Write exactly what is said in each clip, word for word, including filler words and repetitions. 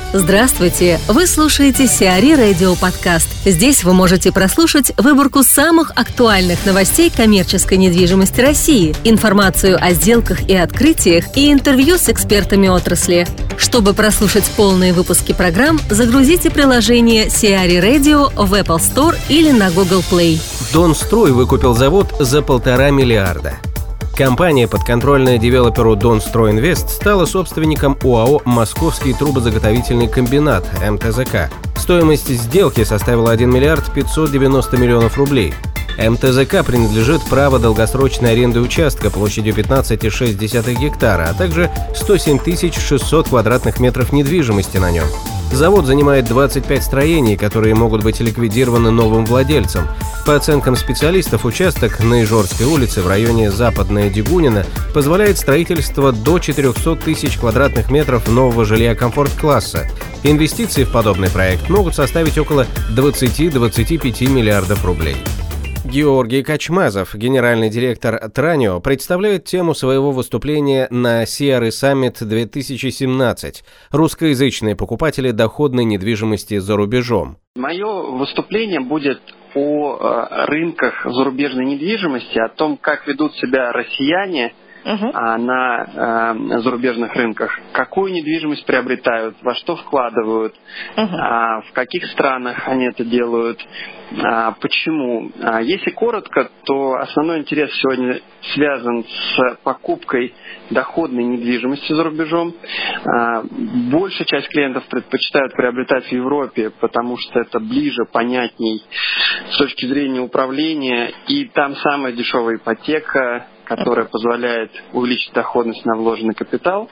Здравствуйте! Вы слушаете Сиари Радио Подкаст. Здесь вы можете прослушать выборку самых актуальных новостей коммерческой недвижимости России, информацию о сделках и открытиях и интервью с экспертами отрасли. Чтобы прослушать полные выпуски программ, загрузите приложение Сиари Radio в Apple Store или на Google Play. Донстрой выкупил завод за полтора миллиарда. Компания, подконтрольная девелоперу Донстройинвест, стала собственником ОАО «Московский трубозаготовительный комбинат» эм тэ зэ ка. Стоимость сделки составила один миллиард пятьсот девяносто миллионов рублей. эм тэ зэ ка принадлежит право долгосрочной аренды участка площадью пятнадцать целых шесть десятых гектара, а также сто семь тысяч шестьсот квадратных метров недвижимости на нем. Завод занимает двадцать пять строений, которые могут быть ликвидированы новым владельцем. По оценкам специалистов, участок на Ижорской улице в районе Западная Дегунина позволяет строительство до четыреста тысяч квадратных метров нового жилья комфорт-класса. Инвестиции в подобный проект могут составить около двадцать-двадцать пять миллиардов рублей. Георгий Качмазов, генеральный директор Транио, представляет тему своего выступления на Сиари Саммит две тысячи семнадцать. Русскоязычные покупатели доходной недвижимости за рубежом. Мое выступление будет о рынках зарубежной недвижимости, о том, как ведут себя россияне Uh-huh. на э, зарубежных рынках, какую недвижимость приобретают, во что вкладывают, uh-huh. э, в каких странах они это делают, э, почему. Э, если коротко, то основной интерес сегодня связан с покупкой доходной недвижимости за рубежом. Э, большая часть клиентов предпочитают приобретать в Европе, потому что это ближе, понятней с точки зрения управления, и там самая дешевая ипотека, которая позволяет увеличить доходность на вложенный капитал.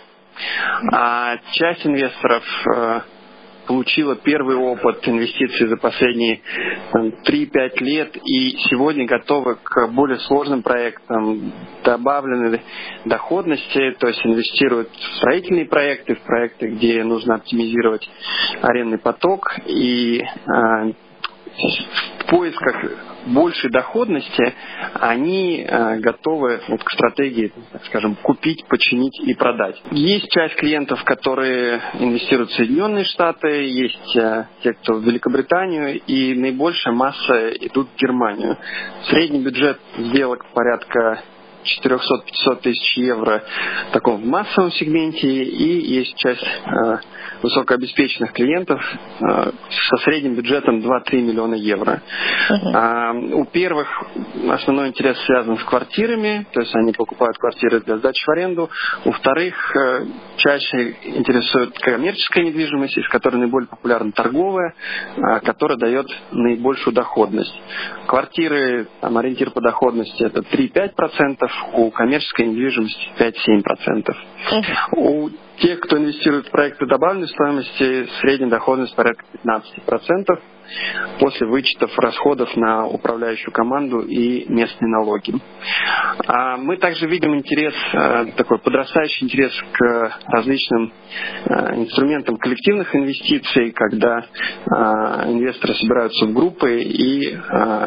А часть инвесторов э, получила первый опыт инвестиций за последние три-пять лет и сегодня готовы к более сложным проектам добавленной доходности, то есть инвестируют в строительные проекты, в проекты, где нужно оптимизировать арендный поток, и э, в поисках большей доходности они э, готовы вот, к стратегии, так скажем, купить, починить и продать. Есть часть клиентов, которые инвестируют в Соединенные Штаты, есть э, те, кто в Великобританию, и наибольшая масса идут в Германию. Средний бюджет сделок порядка четыреста-пятьсот тысяч евро в таком массовом сегменте, и есть часть э, высокообеспеченных клиентов э, со средним бюджетом два-три миллиона евро. Uh-huh. А, у первых основной интерес связан с квартирами, то есть они покупают квартиры для сдачи в аренду. У вторых э, чаще интересует коммерческая недвижимость, из которой наиболее популярна торговая, э, которая дает наибольшую доходность. Квартиры, там, ориентир по доходности это три-пять процентов, у коммерческой недвижимости пять-семь процентов. Uh-huh. У тех, кто инвестирует в проекты добавленной стоимости, средняя доходность порядка пятнадцать процентов после вычетов расходов на управляющую команду и местные налоги. А мы также видим интерес, такой подрастающий интерес к различным инструментам коллективных инвестиций, когда инвесторы собираются в группы и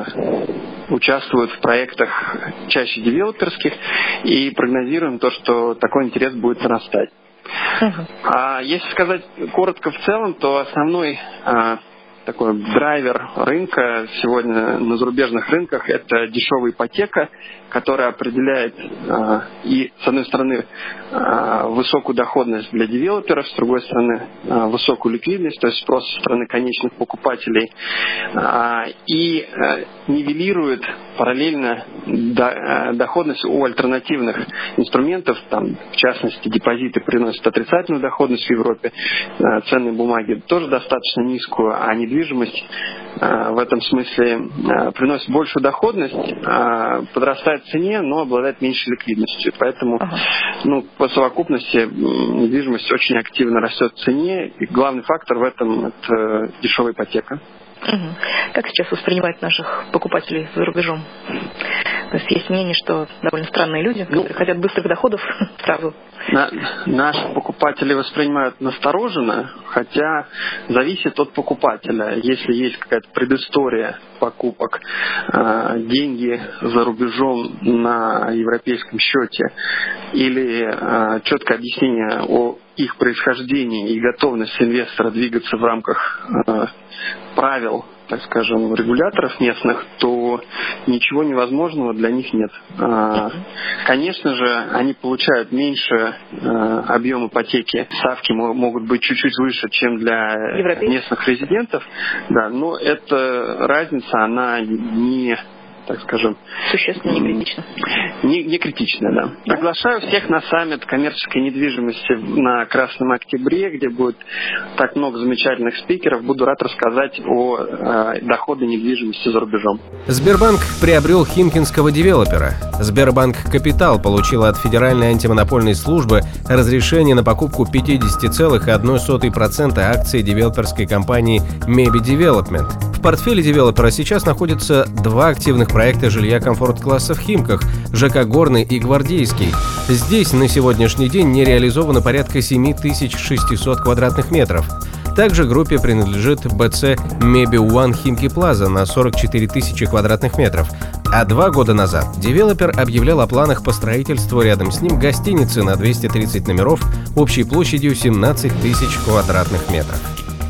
участвуют в проектах чаще девелоперских, и прогнозируем то, что такой интерес будет нарастать. Uh-huh. А если сказать коротко в целом, то основной а, такой драйвер рынка сегодня на зарубежных рынках – это дешевая ипотека, которая определяет а, и, с одной стороны, а, высокую доходность для девелоперов, с другой стороны, а, высокую ликвидность, то есть спрос со стороны конечных покупателей, а, и а, нивелирует параллельно до, а, доходность у альтернативных инструментов, там, в частности, депозиты приносят отрицательную доходность в Европе, а, ценные бумаги тоже достаточно низкую, а недвижимость а, в этом смысле а, приносит большую доходность, а, подрастает в цене, но обладает меньшей ликвидностью. Поэтому ага. ну, по совокупности недвижимость очень активно растет в цене, и главный фактор в этом – это дешевая ипотека. Угу. Как сейчас воспринимать наших покупателей за рубежом? То есть есть мнение, что довольно странные люди, которые ну, хотят быстрых доходов сразу. На, наши покупатели воспринимают настороженно, хотя зависит от покупателя. Если есть какая-то предыстория покупок, э, деньги за рубежом на европейском счете или э, четкое объяснение о их происхождение и готовность инвестора двигаться в рамках э, правил, так скажем, регуляторов местных, то ничего невозможного для них нет. Конечно же, они получают меньше объем ипотеки, ставки могут быть чуть-чуть выше, чем для местных резидентов, да, но эта разница, она не, так скажем, существенно не критично. Не, не критично, да. Приглашаю всех на саммит коммерческой недвижимости на Красном Октябре, где будет так много замечательных спикеров. Буду рад рассказать о э, доходной недвижимости за рубежом. Сбербанк приобрел химкинского девелопера. Сбербанк Капитал получил от Федеральной антимонопольной службы разрешение на покупку пятьдесят целых одна сотая процента акций девелоперской компании Mebi Development. В портфеле девелопера сейчас находятся два активных проекта жилья комфорт-класса в Химках – ЖК «Горный» и «Гвардейский». Здесь на сегодняшний день не реализовано порядка семь тысяч шестьсот квадратных метров. Также группе принадлежит БЦ Mebi One Химки Плаза на сорок четыре тысячи квадратных метров. А два года назад девелопер объявлял о планах по строительству рядом с ним гостиницы на двести тридцать номеров общей площадью семнадцать тысяч квадратных метров.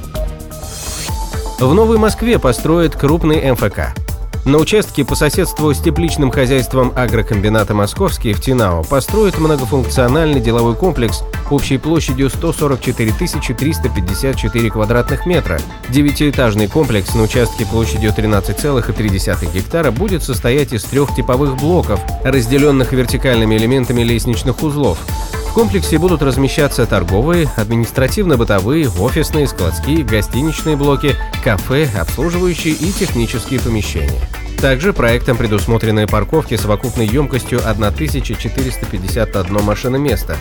В Новой Москве построят крупный эм эф ка. На участке по соседству с тепличным хозяйством агрокомбината «Московский» в Тинао построят многофункциональный деловой комплекс общей площадью сто сорок четыре тысячи триста пятьдесят четыре квадратных метра. Девятиэтажный комплекс на участке площадью тринадцать целых три десятых гектара будет состоять из трех типовых блоков, разделенных вертикальными элементами лестничных узлов. В комплексе будут размещаться торговые, административно-бытовые, офисные, складские, гостиничные блоки, кафе, обслуживающие и технические помещения. Также проектом предусмотрены парковки совокупной емкостью тысяча четыреста пятьдесят одно машиноместо.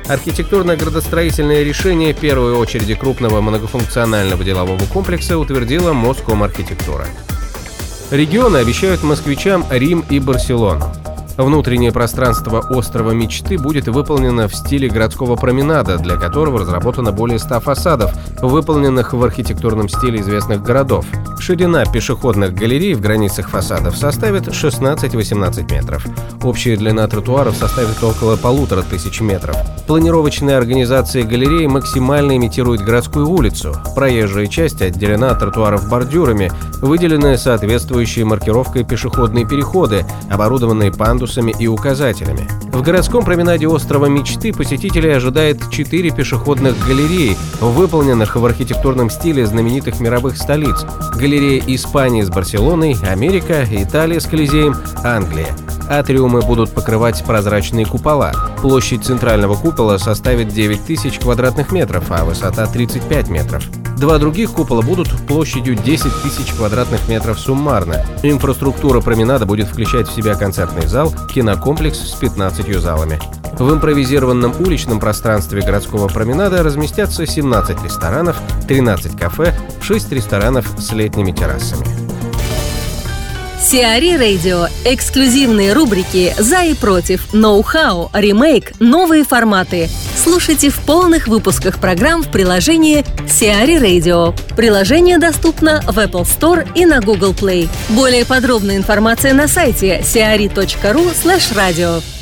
Архитектурно-градостроительное решение первой очереди крупного многофункционального делового комплекса утвердила Москомархитектура. Регионы обещают москвичам Рим и Барселону. Внутреннее пространство острова Мечты будет выполнено в стиле городского променада, для которого разработано более ста фасадов, выполненных в архитектурном стиле известных городов. Ширина пешеходных галерей в границах фасадов составит шестнадцать-восемнадцать метров. Общая длина тротуаров составит около полутора тысяч метров. Планировочная организация галереи максимально имитирует городскую улицу. Проезжая часть отделена от тротуаров бордюрами, выделены соответствующей маркировкой пешеходные переходы, оборудованные пандусами и указателями. В городском променаде острова Мечты посетителей ожидает четыре пешеходных галереи, выполненных в архитектурном стиле знаменитых мировых столиц. Галерея Испании с Барселоной, Америка, Италия с Колизеем, Англия. Атриумы будут покрывать прозрачные купола. Площадь центрального купола составит девять тысяч квадратных метров, а высота тридцать пять метров. Два других купола будут площадью десять тысяч квадратных метров суммарно. Инфраструктура променада будет включать в себя концертный зал, кинокомплекс с пятнадцатью залами. В импровизированном уличном пространстве городского променада разместятся семнадцать ресторанов, тринадцать кафе, шесть ресторанов с летними террасами. Сиари Radio. Эксклюзивные рубрики «За и против», «Ноу-хау», «Ремейк», «Новые форматы». Слушайте в полных выпусках программ в приложении Сиари Radio. Приложение доступно в Apple Store и на Google Play. Более подробная информация на сайте сиари точка ру слэш радио.